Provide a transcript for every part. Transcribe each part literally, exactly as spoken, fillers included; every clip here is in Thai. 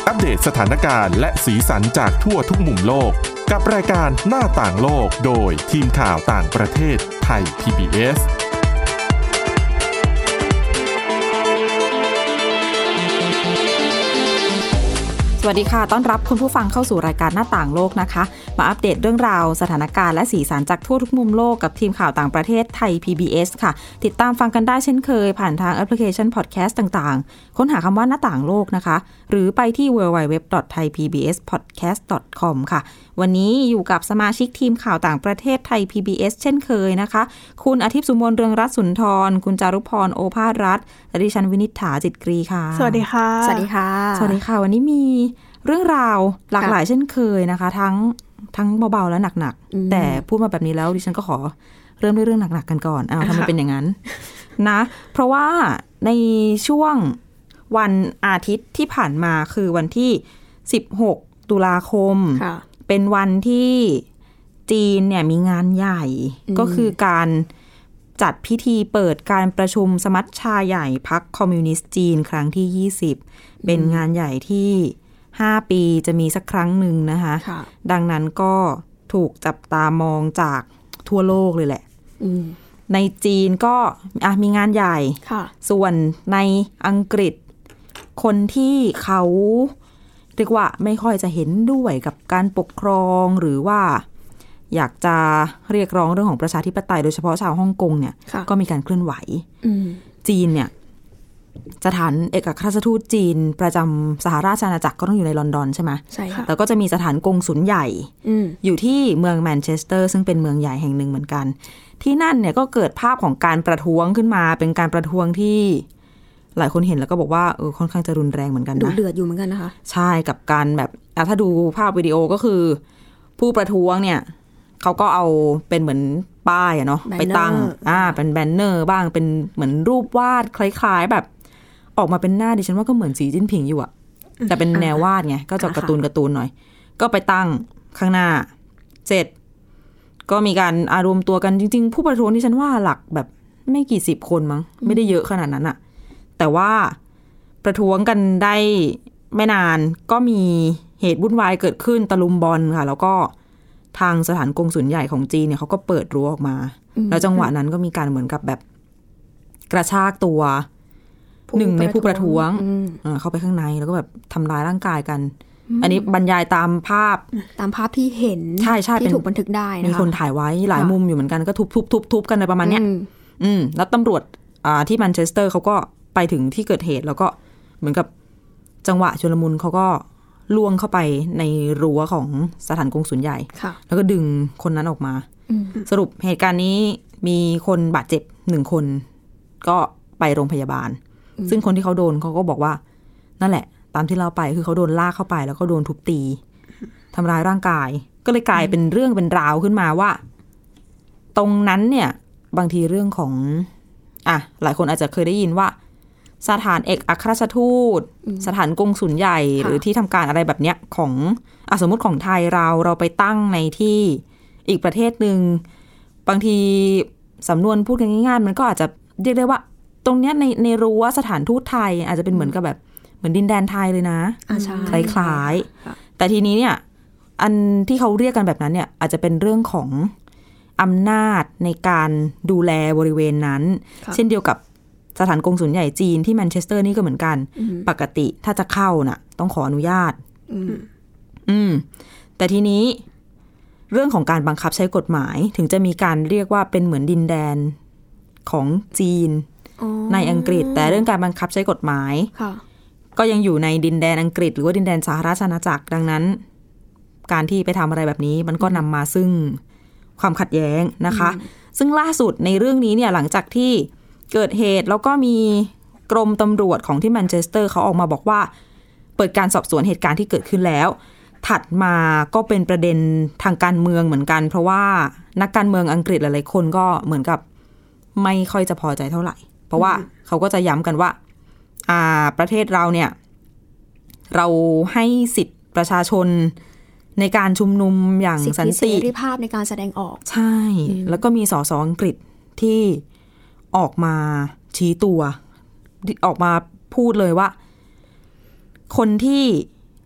อัปเดตสถานการณ์และสีสันจากทั่วทุกมุมโลกกับรายการหน้าต่างโลกโดยทีมข่าวต่างประเทศไทย พี บี เอสสวัสดีค่ะต้อนรับคุณผู้ฟังเข้าสู่รายการหน้าต่างโลกนะคะมาอัปเดตเรื่องราวสถานการณ์และสีสันจากทั่วทุกมุมโลกกับทีมข่าวต่างประเทศไทย พี บี เอส ค่ะติดตามฟังกันได้เช่นเคยผ่านทางแอปพลิเคชันพอดแคสต์ต่างๆค้นหาคำว่าหน้าต่างโลกนะคะหรือไปที่ ดับเบิลยู ดับเบิลยู ดับเบิลยู ดอท ไทย พี บี เอส พอดแคสต์ ดอท คอม ค่ะวันนี้อยู่กับสมาชิกทีมข่าวต่างประเทศไทย พี บี เอส เช่นเคยนะคะคุณอาทิตย์สุมนเรืองรัตน์สุนทรคุณจารุพรโอภาสรัตน์และดิฉันวินิษฐาจิตกรีค่ะสวัสดีค่ะสวัสดีค่ะสวัสดีค่ะวันนี้มีเรื่องราวหลากหลายเช่นเคยนะคะทั้งทั้งเบาๆและหนักๆแต่พูดมาแบบนี้แล้วดิฉันก็ขอเริ่มด้วยเรื่องหนักๆกันก่อนอ้าวทำไมเป็นอย่างนั้นนะเพราะว่าในช่วงวันอาทิตย์ที่ผ่านมาคือวันที่สิบหกตุลาคมเป็นวันที่จีนเนี่ยมีงานใหญ่ก็คือการจัดพิธีเปิดการประชุมสมัชชาใหญ่พรรคคอมมิวนิสต์จีนครั้งที่ยี่สิบเป็นงานใหญ่ที่ห้าปีจะมีสักครั้งหนึ่งนะคะดังนั้นก็ถูกจับตามองจากทั่วโลกเลยแหละในจีนก็มีงานใหญ่ส่วนในอังกฤษคนที่เขาเรียกว่าไม่ค่อยจะเห็นด้วยกับการปกครองหรือว่าอยากจะเรียกร้องเรื่องของประชาธิปไตยโดยเฉพาะชาวฮ่องกงเนี่ยก็มีการเคลื่อนไหวจีนเนี่ยสถานเอกอัครราชทูตจีนประจำสหราชอาณาจักรก็ต้องอยู่ในลอนดอนใช่ไหมใช่ค่ะแล้วก็จะมีสถานกงสุลใหญ่ อ, อยู่ที่เมืองแมนเชสเตอร์ซึ่งเป็นเมืองใหญ่แห่งหนึ่งเหมือนกันที่นั่นเนี่ยก็เกิดภาพของการประท้วงขึ้นมาเป็นการประท้วงที่หลายคนเห็นแล้วก็บอกว่าเออค่อนข้างจะรุนแรงเหมือนกันนะดุเดือดอยู่เหมือนกันนะคะใช่กับการแบบถ้าดูภาพวิดีโอก็คือผู้ประท้วงเนี่ยเขาก็เอาเป็นเหมือนป้ายอะเนาะไปตั้งอ่าเป็นแบนเนอร์บ้างเป็นเหมือนรูปวาดคล้ายๆแบบออกมาเป็นหน้าดิฉันว่าก็เหมือนสีจิ้นผิงอยู่อะแต่เป็นแนววาดไงก็จะการ์ตูนการ์ตูนหน่อยก็ไปตั้งข้างหน้าเสร็จก็มีการอารวมตัวกันจริงๆผู้ประท้วงที่ฉันว่าหลักแบบไม่กี่สิบคนมั้งไม่ได้เยอะขนาดนั้นอะแต่ว่าประท้วงกันได้ไม่นานก็มีเหตุวุ่นวายเกิดขึ้นตะลุมบอลค่ะแล้วก็ทางสถานกงสุลใหญ่ของจีนเนี่ยเขาก็เปิดรั้วออกมาแล้วจังหวะนั้นก็มีการเหมือนกับแบบกระชากตัวหนึ่งในผู้ประท้วงเข้าไปข้างในแล้วก็แบบทำร้ายร่างกายกันอันนี้บรรยายตามภาพตามภาพที่เห็นใช่ใช่ที่ถูกบันทึกได้นะคะมีคนถ่ายไว้หลายมุมอยู่เหมือนกันก็ทุบทุบทุบทุบกันในประมาณเนี้ยอืมแล้วตำรวจอ่าที่แมนเชสเตอร์เขาก็ไปถึงที่เกิดเหตุแล้วก็เหมือนกับจังหวะชุลมุนเขาก็ล่วงเข้าไปในรั้วของสถานกงสุลใหญ่แล้วก็ดึงคนนั้นออกมาสรุปเหตุการณ์นี้มีคนบาดเจ็บหนึ่งคนก็ไปโรงพยาบาลซึ่งคนที่เขาโดนเขาก็บอกว่านั่นแหละตามที่เราไปคือเขาโดนลากเข้าไปแล้วก็โดนทุบตีทำร้ายร่างกายก็เลยกลายเป็นเรื่องเป็นราวขึ้นมาว่าตรงนั้นเนี่ยบางทีเรื่องของอ่ะหลายคนอาจจะเคยได้ยินว่าสถานเอกอัครราชทูตสถานกงสุลใหญ่หรือที่ทำการอะไรแบบเนี้ยของอ่ะสมมติของไทยเราเราไปตั้งในที่อีกประเทศนึงบางทีสำนวนพูดกันง่ายๆมันก็อาจจะเรียกได้ว่าตรงเนี้ยในในรั้วสถานทูตไทยอาจจะเป็นเหมือนกับแบบเหมือนดินแดนไทยเลยนะคล้ายๆแต่ทีนี้เนี่ยอันที่เขาเรียกกันแบบนั้นเนี่ยอาจจะเป็นเรื่องของอำนาจในการดูแลบริเวณนั้นเช่นเดียวกับสถานกงสุลใหญ่จีนที่แมนเชสเตอร์นี่ก็เหมือนกันปกติถ้าจะเข้าน่ะต้องขออนุญาตอืมแต่ทีนี้เรื่องของการบังคับใช้กฎหมายถึงจะมีการเรียกว่าเป็นเหมือนดินแดนของจีนในอังกฤษแต่เรื่องการบังคับใช้กฎหมายก็ยังอยู่ในดินแดนอังกฤษหรือว่าดินแดนสหราชอาณาจักรดังนั้นการที่ไปทำอะไรแบบนี้มันก็นำมาซึ่งความขัดแย้งนะคะซึ่งล่าสุดในเรื่องนี้เนี่ยหลังจากที่เกิดเหตุแล้วก็มีกรมตำรวจของที่แมนเชสเตอร์เขาออกมาบอกว่าเปิดการสอบสวนเหตุการณ์ที่เกิดขึ้นแล้วถัดมาก็เป็นประเด็นทางการเมืองเหมือนกันเพราะว่านักการเมืองอังกฤษหลายๆคนก็เหมือนกับไม่ค่อยจะพอใจเท่าไหร่เพราะว่าเขาก็จะย้ำกันว่าอ่าประเทศเราเนี่ยเราให้สิทธิประชาชนในการชุมนุมอย่างสันติเสรีภาพในการแสดงออกใช่แล้วก็มีสสอังกฤษที่ออกมาชี้ตัวออกมาพูดเลยว่าคนที่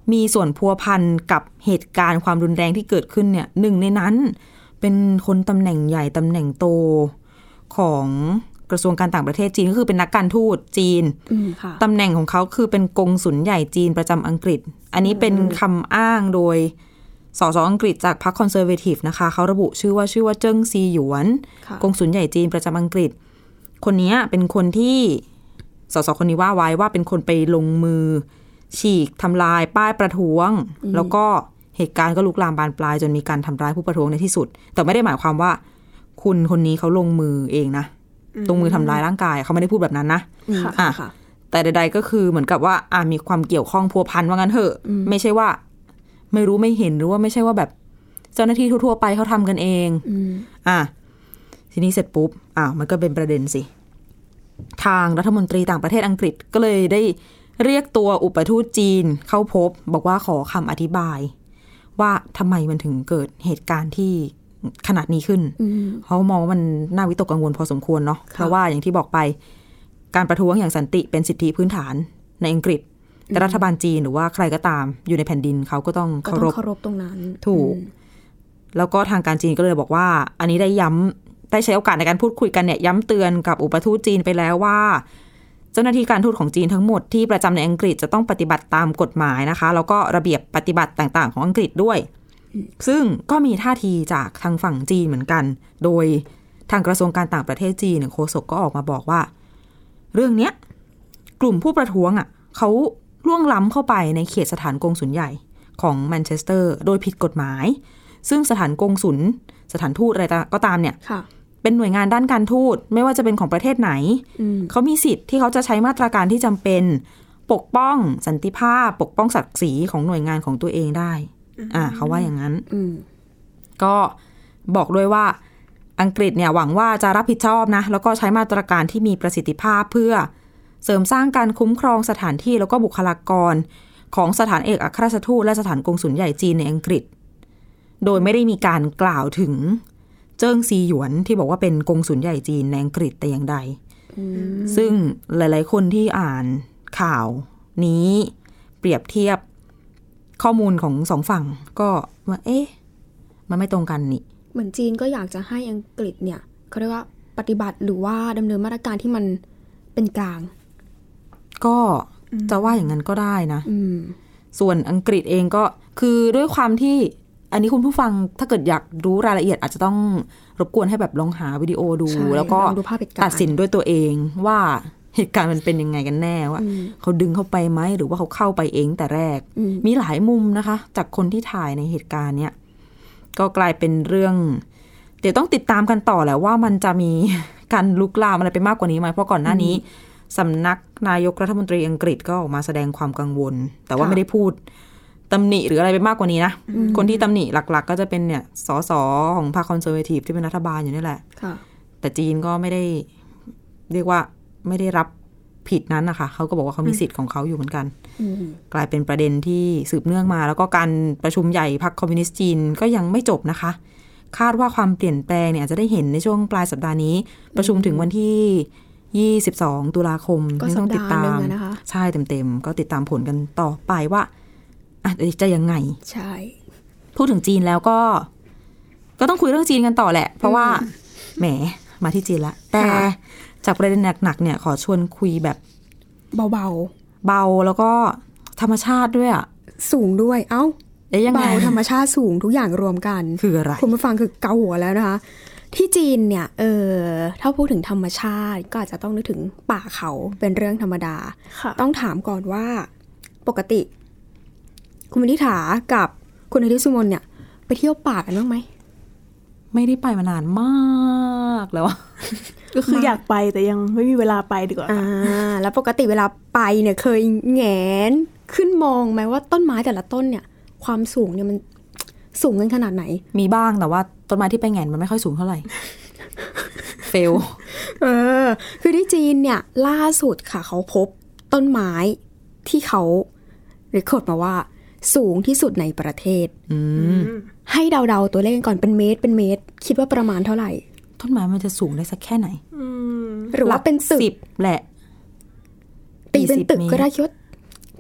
มีส่วนพัวพันกับเหตุการณ์ความรุนแรงที่เกิดขึ้นเนี่ยหนึ่งในนั้นเป็นคนตำแหน่งใหญ่ตำแหน่งโตของกระทรวงการต่างประเทศจีนก็คือเป็นนักการทูตจีนตำแหน่งของเขาคือเป็นกงสุลใหญ่จีนประจำอังกฤษอันนี้เป็นคำอ้างโดยสสอังกฤษจากพรรคคอนเซอร์เวทีฟนะคะเขาระบุชื่อว่าชื่อว่าเจิ้งซีหยวนกงสุลใหญ่จีนประจำอังกฤษคนนี้เป็นคนที่สสคนนี้ว่าไว้ว่าเป็นคนไปลงมือฉีกทำลายป้ายประท้วงแล้วก็เหตุการณ์ก็ลุกลามบานปลายจนมีการทำร้ายผู้ประท้วงในที่สุดแต่ไม่ได้หมายความว่าคุณคนนี้เขาลงมือเองนะลงมือทำร้ายร่างกายเขาไม่ได้พูดแบบนั้นนะอ่ะแต่ใดๆก็คือเหมือนกับว่าอ่ะมีความเกี่ยวข้องพัวพันว่างั้นเถอะไม่ใช่ว่าไม่รู้ไม่เห็นหรือว่าไม่ใช่ว่าแบบเจ้าหน้าที่ทั่วๆไปเขาทำกันเองอ่ะทีนี้เสร็จปุ๊บอ้าวมันก็เป็นประเด็นสิทางรัฐมนตรีต่างประเทศอังกฤษก็เลยได้เรียกตัวอุปทูตจีนเข้าพบบอกว่าขอคำอธิบายว่าทำไมมันถึงเกิดเหตุการณ์ที่ขนาดนี้ขึ้นเขามองว่ามันน่าวิตกกังวลพอสมควรเนาะเพราะว่าอย่างที่บอกไปการประท้วงอย่างสันติเป็นสิทธิพื้นฐานในอังกฤษแต่รัฐบาลจีนหรือว่าใครก็ตามอยู่ในแผ่นดินเขาก็ต้องเคารพเคารพตรงนั้นถูกแล้วก็ทางการจีนก็เลยบอกว่าอันนี้ได้ย้ำได้ใช้โอกาสในการพูดคุยกันเนี่ยย้ำเตือนกับอุปทูตจีนไปแล้วว่าเจ้าหน้าที่การทูตของจีนทั้งหมดที่ประจำในอังกฤษจะต้องปฏิบัติตามกฎหมายนะคะแล้วก็ระเบียบปฏิบัติต่างๆของอังกฤษด้วยซึ่งก็มีท่าทีจากทางฝั่งจีนเหมือนกันโดยทางกระทรวงการต่างประเทศจีนโฆษกก็ออกมาบอกว่าเรื่องนี้กลุ่มผู้ประท้วงอ่ะเขาล่วงล้ำเข้าไปในเขตสถานกงสุลใหญ่ของแมนเชสเตอร์โดยผิดกฎหมายซึ่งสถานกงสุลสถานทูตอะไรก็ตามเนี่ยเป็นหน่วยงานด้านการทูตไม่ว่าจะเป็นของประเทศไหนเขามีสิทธิ์ที่เขาจะใช้มาตรการที่จำเป็นปกป้องสันติภาพปกป้องศักดิ์ศรีของหน่วยงานของตัวเองได้อ่าเขาว่าอย่างนั้นก็บอกด้วยว่าอังกฤษเนี่ยหวังว่าจะรับผิดชอบนะแล้วก็ใช้มาตรการที่มีประสิทธิภาพเพื่อเสริมสร้างการคุ้มครองสถานที่แล้วก็บุคลากรของสถานเอกอัครราชทูตและสถานกงสุลใหญ่จีนในอังกฤษโดยไม่ได้มีการกล่าวถึงเจิ้งซีหยวนที่บอกว่าเป็นกงสุลใหญ่จีนในอังกฤษแต่อย่างใดซึ่งหลายๆคนที่อ่านข่าวนี้เปรียบเทียบข้อมูลของสองฝั่งก็ว่าเอ๊ะมันไม่ตรงกันนี่เหมือนจีนก็อยากจะให้อังกฤษเนี่ยเขาเรียกว่าปฏิบัติหรือว่าดำเนินมาตรการที่มันเป็นกลางก็จะว่าอย่างนั้นก็ได้นะส่วนอังกฤษเองก็คือด้วยความที่อันนี้คุณผู้ฟังถ้าเกิดอยากรู้รายละเอียดอาจจะต้องรบกวนให้แบบลองหาวิดีโอดูแล้วก็ตัดสินด้วยตัวเองว่าเหตุการณ์มันเป็นยังไงกันแน่ว่าเขาดึงเข้าไปไหมหรือว่าเขาเข้าไปเองแต่แรกมีหลายมุมนะคะจากคนที่ถ่ายในเหตุการณ์เนี้ยก็กลายเป็นเรื่องเดี๋ยวต้องติดตามกันต่อแหละว่ามันจะมีการลุกลามอะไรไปมากกว่านี้ไหมเพราะก่อนหน้านี้สำนักนายกรัฐมนตรีอังกฤษก็ออกมาแสดงความกังวลแต่ว่าไม่ได้พูดตำหนิหรืออะไรไปมากกว่านี้นะคนที่ตำหนิหลักๆก็จะเป็นเนี่ยสสของพรรคคอนเซอร์เวทีฟที่เป็นรัฐบาลอยู่นี่แหละแต่จีนก็ไม่ได้เรียกว่าไม่ได้รับผิดนั้นนะคะเขาก็บอกว่าเขามีสิทธิ์ของเขาอยู่เหมือนกันกลายเป็นประเด็นที่สืบเนื่องมาแล้วก็การประชุมใหญ่พรรคคอมมิวนิสต์จีนก็ยังไม่จบนะคะคาดว่าความเปลี่ยนแปลงเนี่ยจะได้เห็นในช่วงปลายสัปดาห์นี้ประชุมถึงวันที่ยี่สิบสองตุลาคมก็ต้องติดตามนะคะใช่เต็มๆก็ติดตามผลกันต่อไปว่าอ่ะจะยังไงใช่พูดถึงจีนแล้วก็ก็ต้องคุยเรื่องจีนกันต่อแหละเพราะว่าแหมมาที่จีนละแต่จากประเด็นหนักๆเนี่ยขอชวนคุยแบบเบาๆเบาแล้วก็ธรรมชาติด้วยอ่ะสูงด้วยเอ้าเบาธรรมชาติสูงทุกอย่างรวมกันคืออะไรคุณผู้ฟังคือเกาหัวแล้วนะคะที่จีนเนี่ยเออถ้าพูดถึงธรรมชาติก็อาจจะต้องนึกถึงป่าเขาเป็นเรื่องธรรมดาต้องถามก่อนว่าปกติคุณมณิษฐากับคุณอาทิตย์สุมนเนี่ยไปเที่ยวป่ากันบ้างไหมไม่ได้ไปมานานมากแล้วก็คืออยากไปแต่ยังไม่มีเวลาไปดีกว่าอ่าแล้วปกติเวลาไปเนี่ยเคยแงนขึ้นมองไหมว่าต้นไม้แต่ละต้นเนี่ยความสูงเนี่ยมันสูงกันขนาดไหนมีบ้างแต่ว่าต้นไม้ที่ไปแงนมันไม่ค่อยสูงเท่าไหร่ เฟลเออคือที่จีนเนี่ยล่าสุดค่ะเขาพบต้นไม้ที่เขาเรคคอร์ดมาว่าสูงที่สุดในประเทศให้เดาๆตัวเลขก่อนเป็นเมตรเป็นเมตรคิดว่าประมาณเท่าไหร่ต้นไม้มันจะสูงได้สักแค่ไหนหรือว่าเป็นตึกสิบแหละตีเป็นตึกก็ได้คิดว่า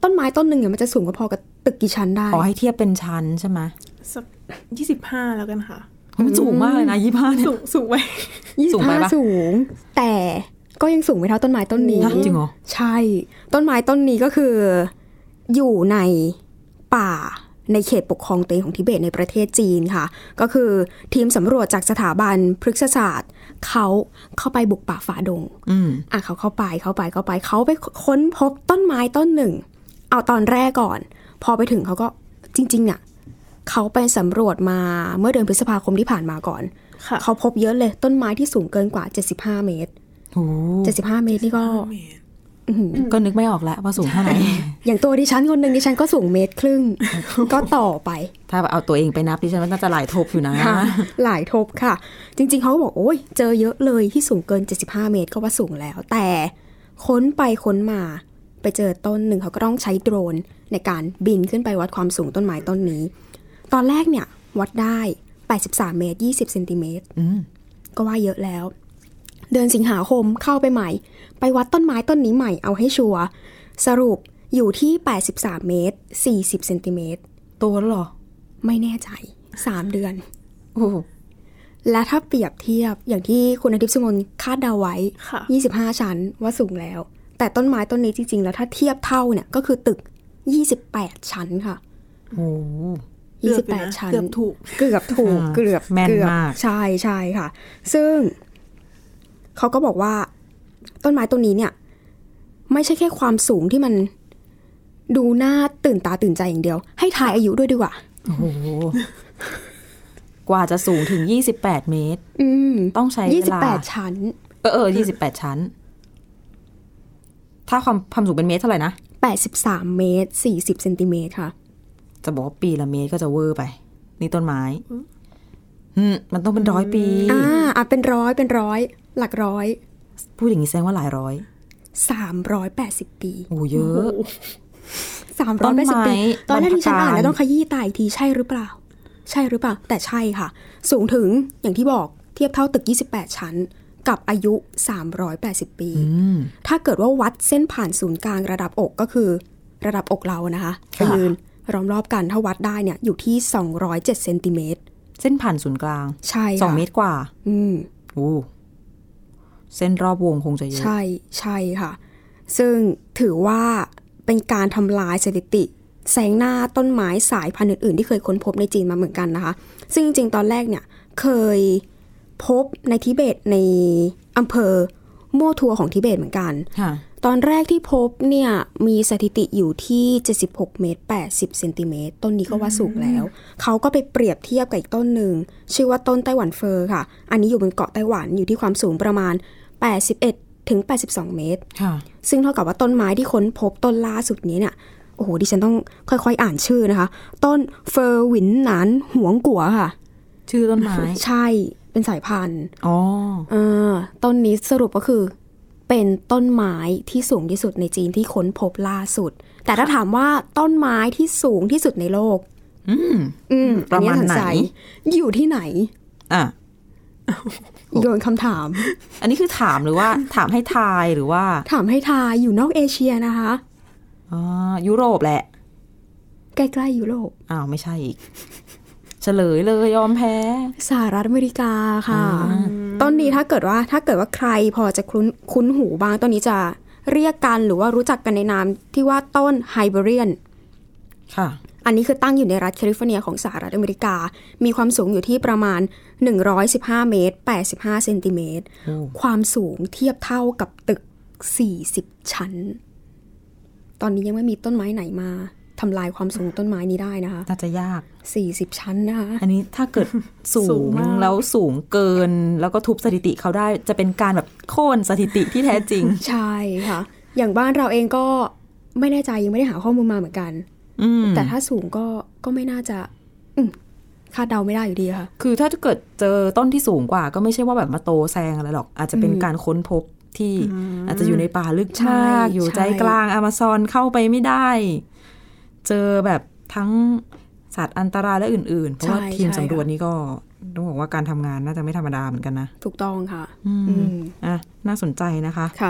ต้นไม้ต้นหนึ่งเนี่ยมันจะสูงก็พอกับตึกกี่ชั้นได้อ๋อให้เทียบเป็นชั้นใช่ไหมสักยี่สิบห้าแล้วกันค่ะมันสูงมากเลยนะยี่สิบห้าสูงสูงไปยี่สิบห้าสูงแต่ก็ยังสูงไม่เท่าต้นไม้ต้นนี้จริงเหรอใช่ต้นไม้ต้นนี้ก็คืออยู่ในป่าในเขตปกครองตัวเองของทิเบตในประเทศจีนค่ะก็คือทีมสำรวจจากสถาบันพฤกษศาสตร์เขาเข้าไปบุกป่าฝ่าดงอืมอ่ะเขาเข้าไปเข้าไปเข้าไปเขาไปค้นพบต้นไม้ต้นหนึ่งเอาตอนแรกก่อนพอไปถึงเขาก็จริงๆอ่ะเขาไปสำรวจมาเมื่อเดือนพฤษภาคมที่ผ่านมาก่อนเขาพบเยอะเลยต้นไม้ที่สูงเกินกว่าเจ็ดสิบห้าเมตรโอ้เจ็ดสิบห้าเมตรนี่ก็ก็นึกไม่ออกแล้วว่าสูงเท่าไหร่อย่างตัวดิฉันคนหนึ่งดิฉันก็สูงเมตรครึ่งก็ต่อไปถ้าเอาตัวเองไปนับดิฉันว่าน่าจะหลายทบอยู่นะหลายทบค่ะจริงๆเขาบอกโอ้ยเจอเยอะเลยที่สูงเกินเจ็ดสิบห้าเมตรก็ว่าสูงแล้วแต่ค้นไปค้นมาไปเจอต้นหนึ่งเขาก็ต้องใช้โดรนในการบินขึ้นไปวัดความสูงต้นไม้ต้นนี้ตอนแรกเนี่ยวัดได้แปดสิบสามเมตรยี่สิบเซนติเมตรก็ว่าเยอะแล้วเดือนสิงหาคมเข้าไปใหม่ไปวัดต้นไม้ต้นนี้ใหม่เอาให้ชัวร์สรุปอยู่ที่แปดสิบสามเมตรสี่สิบเซนติเมตรตัวแล้วหรอไม่แน่ใจสามเดือนโอ้และถ้าเปรียบเทียบอย่างที่คุณอาทิตย์สุมนคาดเดาไว้ยี่สิบห้าชั้นว่าสูงแล้วแต่ต้นไม้ต้นนี้จริงๆแล้วถ้าเทียบเท่าเนี่ยก็คือตึกยี่สิบแปดชั้นค่ะโอ้ยี่สิบแปดชั้นเกือบถูกเกือบถูกเกือบแม่นมากใช่ใช่ค่ะซึ่งเขาก็บอกว่าต้นไม้ต้นนี้เนี่ยไม่ใช่แค่ความสูงที่มันดูน่าตื่นตาตื่นใจอย่างเดียวให้ทายอายุด้วยดีกว่าโอ้โหกว่าจะสูงถึงยี่สิบแปดเมตรอืมต้องใช้เวลายี่สิบแปดชั้นเออเออยี่สิบแปดชั้นถ้าความความสูงเป็นเมตรเท่าไหร่นะแปดสิบสามเมตรสี่สิบเซนติเมตรค่ะจะบอกว่าปีละเมตรก็จะเวอร์ไปนี่ต้นไม้อืมมันต้องเป็นร้อยปีอ่าอ่ะเป็นร้อยเป็นร้อยหลักร้อยพูดอย่างนี้แสดงว่าหลายร้อยสามร้อยแปดสิบปีโอ้เยอะสามร้อยแปดสิบปีตอนแรกที่ฉันอ่านแล้วต้องขยี้ตาอีกทีใช่หรือเปล่าใช่หรือเปล่าแต่ใช่ค่ะสูงถึงอย่างที่บอกเทียบเท่าตึกยี่สิบแปดชั้นกับอายุสามร้อยแปดสิบปีถ้าเกิดว่าวัดเส้นผ่านศูนย์กลางระดับอกก็คือระดับอกเรานะคะไปยืนล้อมรอบกันถ้าวัดได้เนี่ยอยู่ที่สองร้อยเจ็ดเซนติเมตรเส้นผ่านศูนย์กลางใช่สองเมตรกว่าอืมโอ้เส้นรอบวงคงจะเยอะใช่ใช่ค่ะซึ่งถือว่าเป็นการทำลายสถิติแซงหน้าต้นไม้สายพันธุ์อื่นๆที่เคยค้นพบในจีนมาเหมือนกันนะคะซึ่งจริงๆตอนแรกเนี่ยเคยพบในทิเบตในอำเภอมั่วทัวของทิเบตเหมือนกันตอนแรกที่พบเนี่ยมีสถิติอยู่ที่เจ็ดสิบหกเมตรแปดสิบเซนติเมตรต้นนี้ก็ว่าสูงแล้วเขาก็ไปเปรียบเทียบกับอีกต้นหนึ่งชื่อว่าต้นไต้หวันเฟอร์ค่ะอันนี้อยู่บนเกาะไต้หวันอยู่ที่ความสูงประมาณแปดสิบเอ็ดถึงแปดสิบสองเมตรซึ่งเท่ากับว่าต้นไม้ที่ค้นพบต้นล่าสุดนี้เนี่ยโอ้โหดิฉันต้องค่อยๆอ่านชื่อนะคะต้นเฟอร์หวินหนานหวงกัวค่ะชื่อต้นไม้ใช่เป็นสายพันธุ์อ๋อเออต้นนี้สรุปก็คือเป็นต้นไม้ที่สูงที่สุดในจีนที่ค้นพบล่าสุดแต่ถ้าถามว่าต้นไม้ที่สูงที่สุดในโลกอืมอืมประมาณไหนอยู่ที่ไหนอ่ะโยนคำถามอันนี้คือถามหรือว่าถามให้ทายหรือว่าถามให้ทายอยู่นอกเอเชียนะคะอ๋อยุโรปแหละใกล้ๆยุโรปอ้าวไม่ใช่อีกเฉลยเลยยอมแพ้สหรัฐอเมริกาค่ะต้นนี้ถ้าเกิดว่าถ้าเกิดว่าใครพอจะคุ้นคุ้นหูบ้างต้นนี้จะเรียกกันหรือว่ารู้จักกันในนามที่ว่าต้นไฮเบอรียนค่ะอันนี้คือตั้งอยู่ในรัฐแคลิฟอร์เนียของสหรัฐอเมริกามีความสูงอยู่ที่ประมาณหนึ่งร้อยสิบห้าเมตรแปดสิบห้าเซนติเมตรความสูงเทียบเท่ากับตึกสี่สิบชั้นตอนนี้ยังไม่มีต้นไม้ไหนมาทำลายความสูงต้นไม้นี้ได้นะคะน่าจะยากสี่สิบชั้นนะคะอันนี้ถ้าเกิดสูงแล้วสูงเกินแล้วก็ทุบสถิติเขาได้จะเป็นการแบบโค่นสถิติที่แท้จริงใช่ค่ะอย่างบ้านเราเองก็ไม่แน่ใจยังไม่ได้หาข้อมูลมาเหมือนกันแต่ถ้าสูงก็ก็ไม่น่าจะคาดเดาไม่ได้อยู่ดีค่ะคือถ้าเกิดเจอต้นที่สูงกว่าก็ไม่ใช่ว่าแบบมาโตแซงอะไรหรอกอาจจะเป็นการค้นพบที่อาจจะอยู่ในป่าลึกมากอยู่ใจกลางอเมซอนเข้าไปไม่ได้เจอแบบทั้งสัตว์อันตรายและอื่นๆเพราะว่าทีมสำรวจนี้ก็ต้องบอกว่าการทำงานน่าจะไม่ธรรมดาเหมือนกันนะถูกต้องค่ะอืมอ่ะน่าสนใจนะคะค่ะ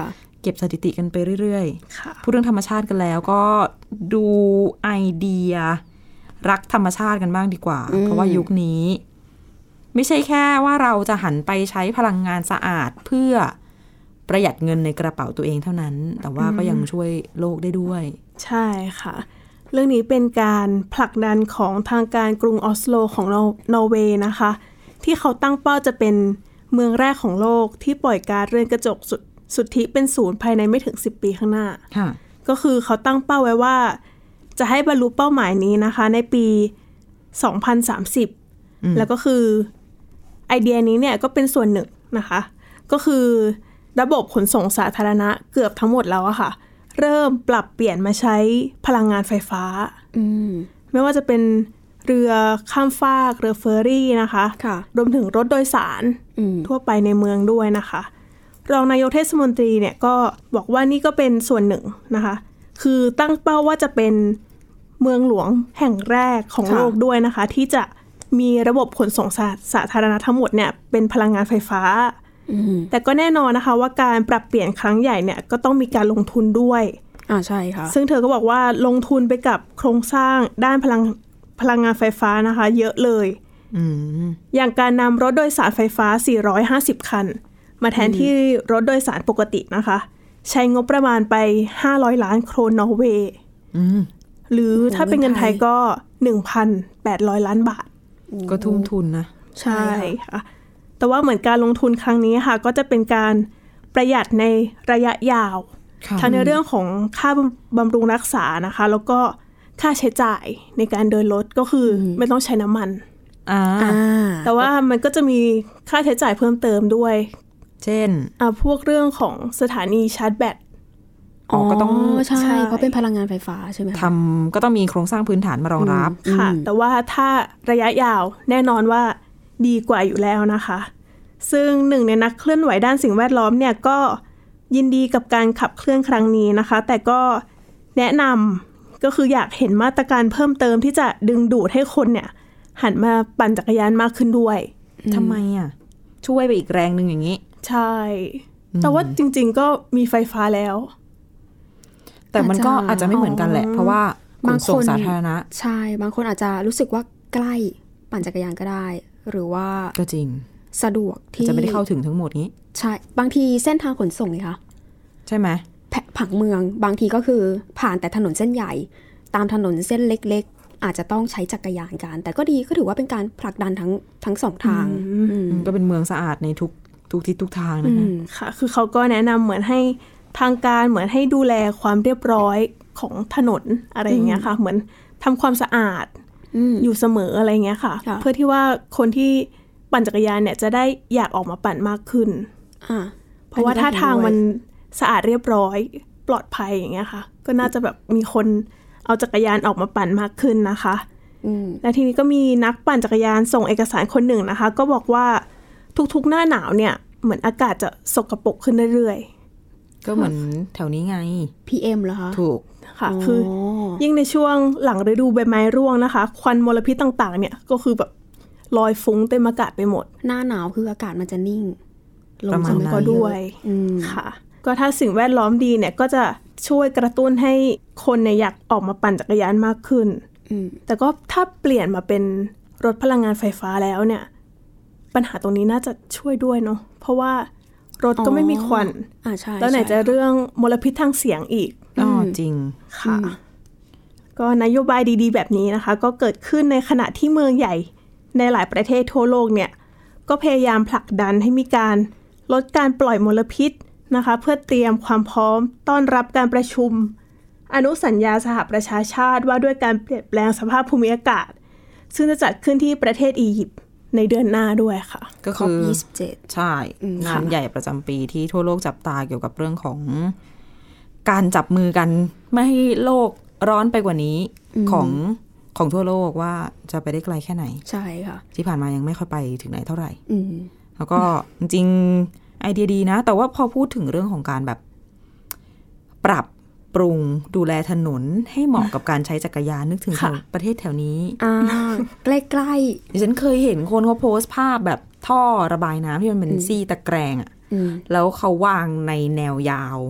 เก็บสถิติกันไปเรื่อยๆพูดเรื่องธรรมชาติกันแล้วก็ดูไอเดียรักธรรมชาติกันบ้างดีกว่าเพราะว่ายุคนี้ไม่ใช่แค่ว่าเราจะหันไปใช้พลังงานสะอาดเพื่อประหยัดเงินในกระเป๋าตัวเองเท่านั้นแต่ว่าก็ยังช่วยโลกได้ด้วยใช่ค่ะเรื่องนี้เป็นการผลักดันของทางการกรุงออสโลของนอร์เวย์นะคะที่เขาตั้งเป้าจะเป็นเมืองแรกของโลกที่ปล่อยก๊าซเรือนกระจกสุดสุทธิเป็นศูนย์ภายในไม่ถึงสิบปีข้างหน้าก็คือเขาตั้งเป้าไว้ว่าจะให้บรรลุเป้าหมายนี้นะคะในปีสองพันสามสิบแล้วก็คือไอเดียนี้เนี่ยก็เป็นส่วนหนึ่งนะคะก็คือระบบขนส่งสาธารณะเกือบทั้งหมดแล้วอะค่ะเริ่มปรับเปลี่ยนมาใช้พลังงานไฟฟ้าไม่ว่าจะเป็นเรือข้ามฟากเรือเฟอร์รี่นะคะรวมถึงรถโดยสารทั่วไปในเมืองด้วยนะคะรองนายกเทศมนตรีเนี่ยก็บอกว่านี่ก็เป็นส่วนหนึ่งนะคะคือตั้งเป้าว่าจะเป็นเมืองหลวงแห่งแรกของโลกด้วยนะคะที่จะมีระบบขนส่งสาธารณะทั้งหมดเนี่ยเป็นพลังงานไฟฟ้าแต่ก็แน่นอนนะคะว่าการปรับเปลี่ยนครั้งใหญ่เนี่ยก็ต้องมีการลงทุนด้วยอ่าใช่ค่ะซึ่งเธอก็บอกว่าลงทุนไปกับโครงสร้างด้านพลังพลังงานไฟฟ้านะคะเยอะเลยอย่างการนำรถโดยสารไฟฟ้าสี่ร้อยห้าสิบคันมาแทนที่รถโดยสารปกตินะคะใช้งบประมาณไปห้าร้อยล้านโครนนอร์เวย์หรือถ้าเป็นเงินไทยก็ หนึ่งพันแปดร้อย ล้านบาทก็ทุ่มทุนนะใช่ค่ะแต่ว่าเหมือนการลงทุนครั้งนี้ค่ะก็จะเป็นการประหยัดในระยะยาวทั้งในเรื่องของค่าบำรุงรักษานะคะแล้วก็ค่าใช้จ่ายในการเดินรถก็คือไม่ต้องใช้น้ำมันแต่ว่ามันก็จะมีค่าใช้จ่ายเพิ่มเติมด้วยเช่นพวกเรื่องของสถานีชาร์จแบตอ๋อก็ต้องใช่เพราะเป็นพลังงานไฟฟ้าใช่ไหมทำก็ต้องมีโครงสร้างพื้นฐานมารองรับค่ะแต่ว่าถ้าระยะยาวแน่นอนว่าดีกว่าอยู่แล้วนะคะซึ่งหนึ่งในนักเคลื่อนไหวด้านสิ่งแวดล้อมเนี่ยก็ยินดีกับการขับเคลื่อนครั้งนี้นะคะแต่ก็แนะนำก็คืออยากเห็นมาตรการเพิ่มเติมที่จะดึงดูดให้คนเนี่ยหันมาปั่นจักรยานมากขึ้นด้วยทำไมอ่ะช่วยไปอีกแรงนึงอย่างนี้ใช่แต่ว่าจริงๆก็มีไฟฟ้าแล้วแต่มันก็อาจจะไม่เหมือนกันแหละเพราะว่าขนส่งสาธารณะใช่บางคนอาจจะรู้สึกว่าใกล้ปั่นจักรยานก็ได้หรือว่าก็จริงสะดวกที่จะไม่ได้เข้าถึงทั้งหมดนี้ใช่บางทีเส้นทางขนส่งนี่คะใช่ไหมผังเมืองบางทีก็คือผ่านแต่ถนนเส้นใหญ่ตามถนนเส้นเล็กๆอาจจะต้องใช้จักรยานกันแต่ก็ดีก็ถือว่าเป็นการผลักดันทั้งทั้งสองทางก็เป็นเมืองสะอาดในทุกทุกทิศทุกทางนะคะค่ะคือเขาก็แนะนำเหมือนให้ทางการเหมือนให้ดูแลความเรียบร้อยของถนนอะไรอย่างเงี้ยค่ะเหมือนทำความสะอาดอยู่เสมออะไรเงี้ยค่ะเพื่อที่ว่าคนที่ปั่นจักรยานเนี่ยจะได้อยากออกมาปั่นมากขึ้นเพราะว่าถ้าทางมันสะอาดเรียบร้อยปลอดภัยอย่างเงี้ยค่ะก็น่าจะแบบมีคนเอาจักรยานออกมาปั่นมากขึ้นนะคะและทีนี้ก็มีนักปั่นจักรยานส่งเอกสารคนหนึ่งนะคะก็บอกว่าทุกๆหน้าหนาวเนี่ยเหมือนอากาศจะสกปรกขึ้นเรื่อยๆก็เหมือนแถวนี้ไงพี เอ็ม เหรอคะถูกค่ะคือยิ่งในช่วงหลังฤดูใบไม้ร่วงนะคะควันมลพิษต่างๆเนี่ยก็คือแบบลอยฟุ้งเต็มอากาศไปหมดหน้าหนาวคืออากาศมันจะนิ่งประมาณนั้นก็ด้วยค่ะก็ถ้าสิ่งแวดล้อมดีเนี่ยก็จะช่วยกระตุ้นให้คนเนี่ยอยากออกมาปั่นจักรยานมากขึ้นแต่ก็ถ้าเปลี่ยนมาเป็นรถพลังงานไฟฟ้าแล้วเนี่ยปัญหาตรงนี้น่าจะช่วยด้วยเนาะเพราะว่ารถก็ไม่มีควันแล้วไหนจะเรื่องมลพิษทางเสียงอีกอ๋อจริงค่ะก็นโยบายดีๆแบบนี้นะคะก็เกิดขึ้นในขณะที่เมืองใหญ่ในหลายประเทศทั่วโลกเนี่ยก็พยายามผลักดันให้มีการลดการปล่อยมลพิษนะคะเพื่อเตรียมความพร้อมต้อนรับการประชุมอนุสัญญาสหประชาชาติว่าด้วยการเปลี่ยนแปลงสภาพภูมิอากาศซึ่งจะจัดขึ้นที่ประเทศอียิปต์ในเดือนหน้าด้วยค่ะก็คือยี่สิบเจ็ดใช่งานใหญ่ประจำปีที่ทั่วโลกจับตาเกี่ยวกับเรื่องของการจับมือกันไม่ให้โลกร้อนไปกว่านี้ของของทั่วโลกว่าจะไปได้ไกลแค่ไหนใช่ค่ะที่ผ่านมายังไม่ค่อยไปถึงไหนเท่าไหร่แล้วก็จริงๆไอเดียดีนะแต่ว่าพอพูดถึงเรื่องของการแบบปรับปรุงดูแลถนนให้เหมาะกับการใช้จักรยานนึกถึงประเทศแถวนี้ใกล้ๆดิฉันเคยเห็นคนเขาโพสต์ภาพแบบท่อระบายน้ำที่มันเป็นซี่ตะแกรงอ่ะแล้วเขาวางในแนวยาว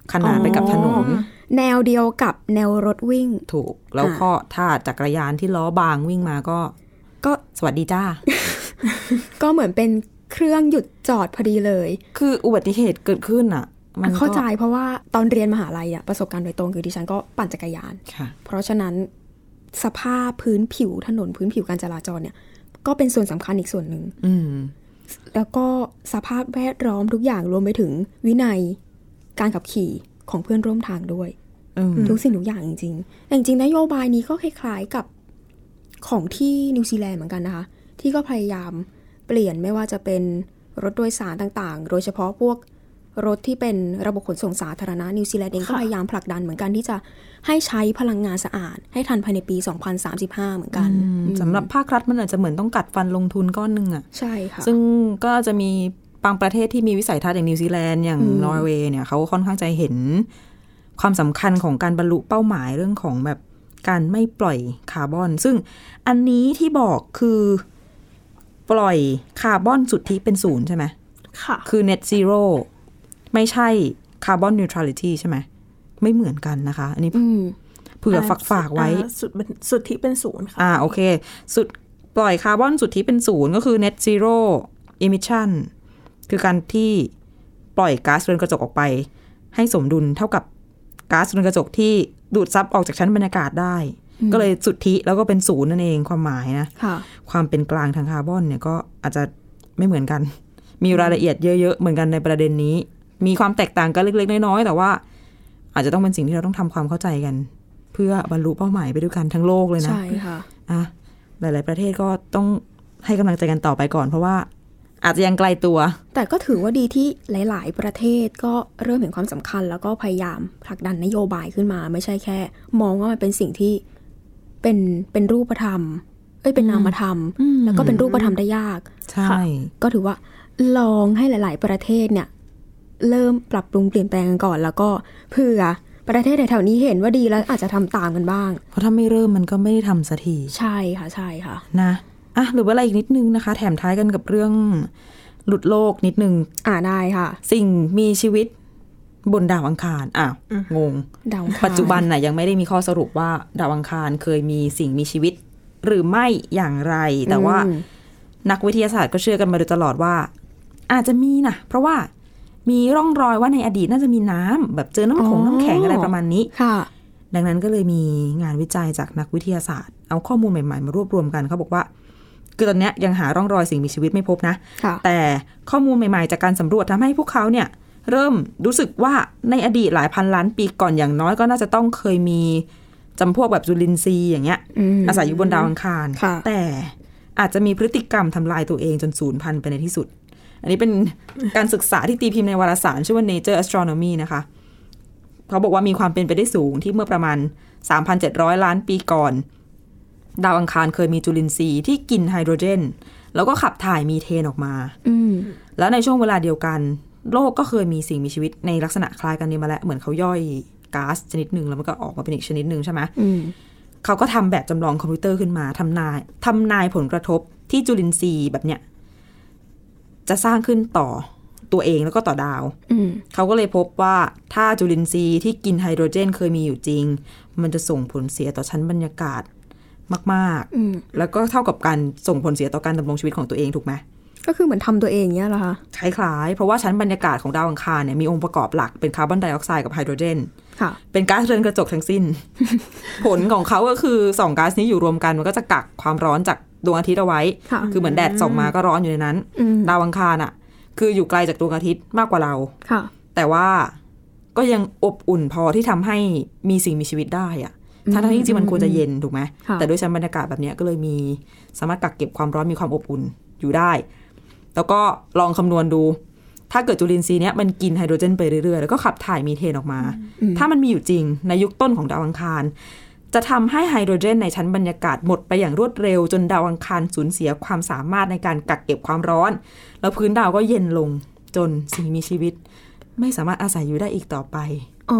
ขนานไปกับถนนแนวเดียวกับแนวรถวิ่งถูกแล้วก็ถ้าจักรยานที่ล้อบางวิ่งมาก็ก็สวัสดีจ้าก็เหมือนเป็นเครื่องหยุดจอดพอดีเลยคืออุบัติเหตุเกิดขึ้นอ่ะมันเข้าใจเพราะว่าตอนเรียนมหาลัยอ่ะประสบการณ์โดยตรงคือดิฉันก็ปั่นจักรยานเพราะฉะนั้นสภาพพื้นผิวถนนพื้นผิวการจราจรเนี่ยก็เป็นส่วนสำคัญอีกส่วนหนึ่งแล้วก็สภาพแวดล้อมทุกอย่างรวมไปถึงวินัยการขับขี่ของเพื่อนร่วมทางด้วยทุกสิ่งทุกอย่างจริงๆแต่จริงๆนโยบายนี้ก็คล้ายๆกับของที่นิวซีแลนด์เหมือนกันนะคะที่ก็พยายามเปลี่ยนไม่ว่าจะเป็นรถโดยสารต่างๆโดยเฉพาะพวกรถที่เป็นระบบขนส่งสาธารณะนิวซีแลนด์เองก็พยายามผลักดันเหมือนกันที่จะให้ใช้พลังงานสะอาดให้ทันภายในปีสองพันสามสิบห้าเหมือนกันสำหรับภาครัฐมันอาจจะเหมือนต้องกัดฟันลงทุนก้อนนึงอ่ะใช่ค่ะซึ่งก็จะมีบางประเทศที่มีวิสัยทัศน์อย่างนิวซีแลนด์อย่างนอร์เวย์เนี่ยเขาค่อนข้างจะเห็นความสำคัญของการบรรลุเป้าหมายเรื่องของแบบการไม่ปล่อยคาร์บอนซึ่งอันนี้ที่บอกคือปล่อยคาร์บอนสุทธิเป็นศูนย์ใช่ไหมค่ะคือ net zero ไม่ใช่ carbon neutrality ใช่ไหมไม่เหมือนกันนะคะอันนี้เผื่อฝากฝากไว้สุดสุทธิเป็นศูนย์ค่ะอ่าโอเคสุดปล่อยคาร์บอนสุทธิเป็นศูนย์ก็คือ net zero emission คือการที่ปล่อยก๊าซเรือนกระจกออกไปให้สมดุลเท่ากับก๊าซเรือนกระจกที่ดูดซับออกจากชั้นบรรยากาศได้ก็เลยสุทธิแล้วก็เป็นศูนย์นั่นเองความหมายนะความเป็นกลางทางคาร์บอนเนี่ยก็อาจจะไม่เหมือนกันมีรายละเอียดเยอะๆเหมือนกันในประเด็นนี้มีความแตกต่างกันเล็กๆน้อยๆแต่ว่าอาจจะต้องเป็นสิ่งที่เราต้องทำความเข้าใจกันเพื่อบรรลุเป้าหมายไปด้วยกันทั้งโลกเลยนะใช่ค่ะอ่ะหลายๆประเทศก็ต้องให้กำลังใจกันต่อไปก่อนเพราะว่าอาจจะยังไกลตัวแต่ก็ถือว่าดีที่หลายๆประเทศก็เริ่มเห็นความสำคัญแล้วก็พยายามผลักดันนโยบายขึ้นมาไม่ใช่แค่มองว่ามันเป็นสิ่งที่เป็นเป็นรูปธรรมเอ้ยเป็นนามธรรมแล้วก็เป็นรูปธรรมได้ยากใช่ก็ถือว่าลองให้หลายๆประเทศเนี่ยเริ่มปรับปรุงเปลี่ยนแปลงกันก่อนแล้วก็เผื่อประเทศแถวๆนี้เห็นว่าดีแล้วอาจจะทำตามกันบ้างเพราะถ้าไม่เริ่มมันก็ไม่ได้ทำสักทีใช่ค่ะใช่ค่ะนะอ่ะหรือว่าอะไรอีกนิดนึงนะคะแถมท้ายกันกับเรื่องหลุดโลกนิดนึงอ่าได้ค่ะสิ่งมีชีวิตบนดาวอังคารอ้าวงงดาวอังคารปัจจุบันน่ะยังไม่ได้มีข้อสรุปว่าดาวอังคารเคยมีสิ่งมีชีวิตหรือไม่อย่างไรแต่ว่านักวิทยาศาสตร์ก็เชื่อกันมาโดยตลอดว่าอาจจะมีนะเพราะว่ามีร่องรอยว่าในอดีตน่าจะมีน้ำแบบเจอน้ำขงน้ำแข็งอะไรประมาณนี้ดังนั้นก็เลยมีงานวิจัยจากนักวิทยาศาสตร์เอาข้อมูลใหม่ๆมารวบรวมกันเขาบอกว่าคือตอนนี้ยังหาร่องรอยสิ่งมีชีวิตไม่พบนะแต่ข้อมูลใหม่ๆจากการสำรวจทำให้พวกเขาเนี่ยเริ่มรู้สึกว่าในอดีตหลายพันล้านปีก่อนอย่างน้อยก็น่าจะต้องเคยมีจำพวกแบบจุลินทรีย์อย่างเงี้ย อ, อาศัยอยู่บนดาวอังคารแต่อาจจะมีพฤติกรรมทำลายตัวเองจนสูญพันธุ์ไปในที่สุดอันนี้เป็นการศึกษาที่ตีพิมพ์ในวารสารชื่อว่า Nature Astronomy นะคะเขาบอกว่ามีความเป็นไปได้สูงที่เมื่อประมาณ สามพันเจ็ดร้อย ล้านปีก่อนดาวอังคารเคยมีจุลินทรีย์ที่กินไฮโดรเจนแล้วก็ขับถ่ายมีเทนออกมาแล้วในช่วงเวลาเดียวกันโลกก็เคยมีสิ่งมีชีวิตในลักษณะคล้ายกันนี้มาแล้วเหมือนเขาย่อยก๊าซชนิดหนึ่งแล้วมันก็ออกมาเป็นอีกชนิดหนึ่งใช่ไหมเขาก็ทำแบบจำลองคอมพิวเตอร์ขึ้นมาทำนายทำนายผลกระทบที่จุลินทรีย์แบบเนี้ยจะสร้างขึ้นต่อตัวเองแล้วก็ต่อดาวเขาก็เลยพบว่าถ้าจุลินทรีย์ที่กินไฮโดรเจนเคยมีอยู่จริงมันจะส่งผลเสียต่อชั้นบรรยากาศมากๆแล้วก็เท่ากับการส่งผลเสียต่อการดำรงชีวิตของตัวเองถูกไหมก็คือเหมือนทำตัวเองเนี้ยเหรอคะคล้ายๆเพราะว่าชั้นบรรยากาศของดาวอังคารเนี่ยมีองค์ประกอบหลักเป็นคาร์บอนไดออกไซด์กับไฮโดรเจนเป็นก๊าซเรือนกระจกทั้งสิ้น ผลของเขาก็คือสองก๊าซนี้อยู่รวมกันมันก็จะกักความร้อนจากดวงอาทิตย์เอาไว้คือเหมือนแดดส่องมาก็ร้อนอยู่ในนั้นดาวอังคารอ่ะคืออยู่ไกลจากดวงอาทิตย์มากกว่าเราแต่ว่าก็ยังอบอุ่นพอที่ทำให้มีสิ่งมีชีวิตได้อ่ะทั้งที่จริงๆมันควรจะเย็นถูกไหมแต่ด้วยชั้นบรรยากาศแบบนี้ก็เลยมีสามารถกักเก็บความร้อนมีความอบอุ่นอยู่ได้แล้วก็ลองคำนวณดูถ้าเกิดจุลินทรีย์เนี้ยมันกินไฮโดรเจนไปเรื่อยๆแล้วก็ขับถ่ายมีเทนออกมาถ้ามันมีอยู่จริงในยุคต้นของดาวอังคารจะทำให้ไฮโดรเจนในชั้นบรรยากาศหมดไปอย่างรวดเร็วจนดาวอังคารสูญเสียความสามารถในการกักเก็บความร้อนแล้วพื้นดาวก็เย็นลงจนสิ่งมีชีวิตไม่สามารถอาศัยอยู่ได้อีกต่อไปอ๋อ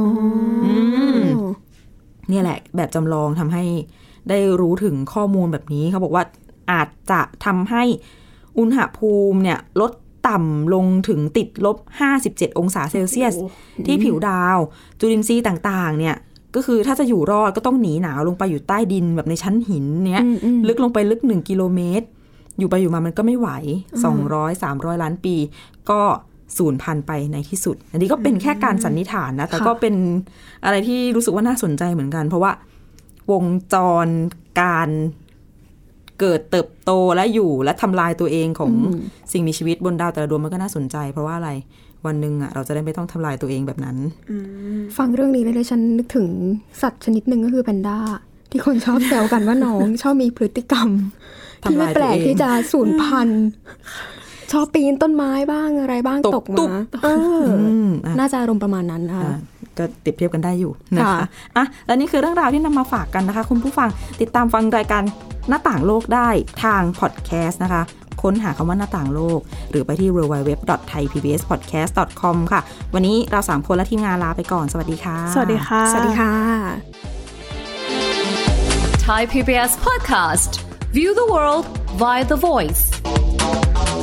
เนี่ยแหละแบบจำลองทำให้ได้รู้ถึงข้อมูลแบบนี้เขาบอกว่าอาจจะทำให้อุณหภูมิเนี่ยลดต่ำลงถึงติดลบห้าสิบเจ็ดองศาเซลเซียสที่ผิวดาวจุลินทรีย์ต่างๆเนี่ยก็คือถ้าจะอยู่รอดก็ต้องหนีหนาวลงไปอยู่ใต้ดินแบบในชั้นหินเนี้ยลึกลงไปลึกหนึ่งกิโลเมตรอยู่ไปอยู่มามันก็ไม่ไหวสองร้อย สามร้อยล้านปีก็สูญพันธุ์ไปในที่สุดอันนี้ก็เป็นแค่การสันนิษฐานนะแต่ก็เป็นอะไรที่รู้สึกว่าน่าสนใจเหมือนกันเพราะว่าวงจรการเกิดเติบโตและอยู่และทำลายตัวเองของสิ่งมีชีวิตบนดาวแต่ละดวงมันก็น่าสนใจเพราะว่าอะไรวันหนึ่งอ่ะเราจะได้ไม่ต้องทำลายตัวเองแบบนั้นฟังเรื่องนี้เลยฉันนึกถึงสัตว์ชนิดหนึ่งก็คือแพนด้าที่คนชอบแซวกันว่าน้องชอบมีพฤติกรรมที่ไม่แปลกที่จะสูญพันธุ์ชอบปีนต้นไม้บ้างอะไรบ้างตกมาน่าจะอารมณ์ประมาณนั้นนะคะก็เปรียบเทียบกันได้อยู่นะคะอ่ะและนี่คือเรื่องราวที่นำมาฝากกันนะคะคุณผู้ฟังติดตามฟังรายการหน้าต่างโลกได้ทางพอดแคสต์นะคะค้นหาคำว่าหน้าต่างโลกหรือไปที่ ดับเบิลยู ดับเบิลยู ดับเบิลยู ดอท ไทย พี บี เอส พอดแคสต์ ดอท คอม ค่ะวันนี้เราสามคนและทีมงานลาไปก่อนสวัสดีค่ะสวัสดีค่ะสวัสดีค่ะ Thai พี บี เอส Podcast View the world via the voice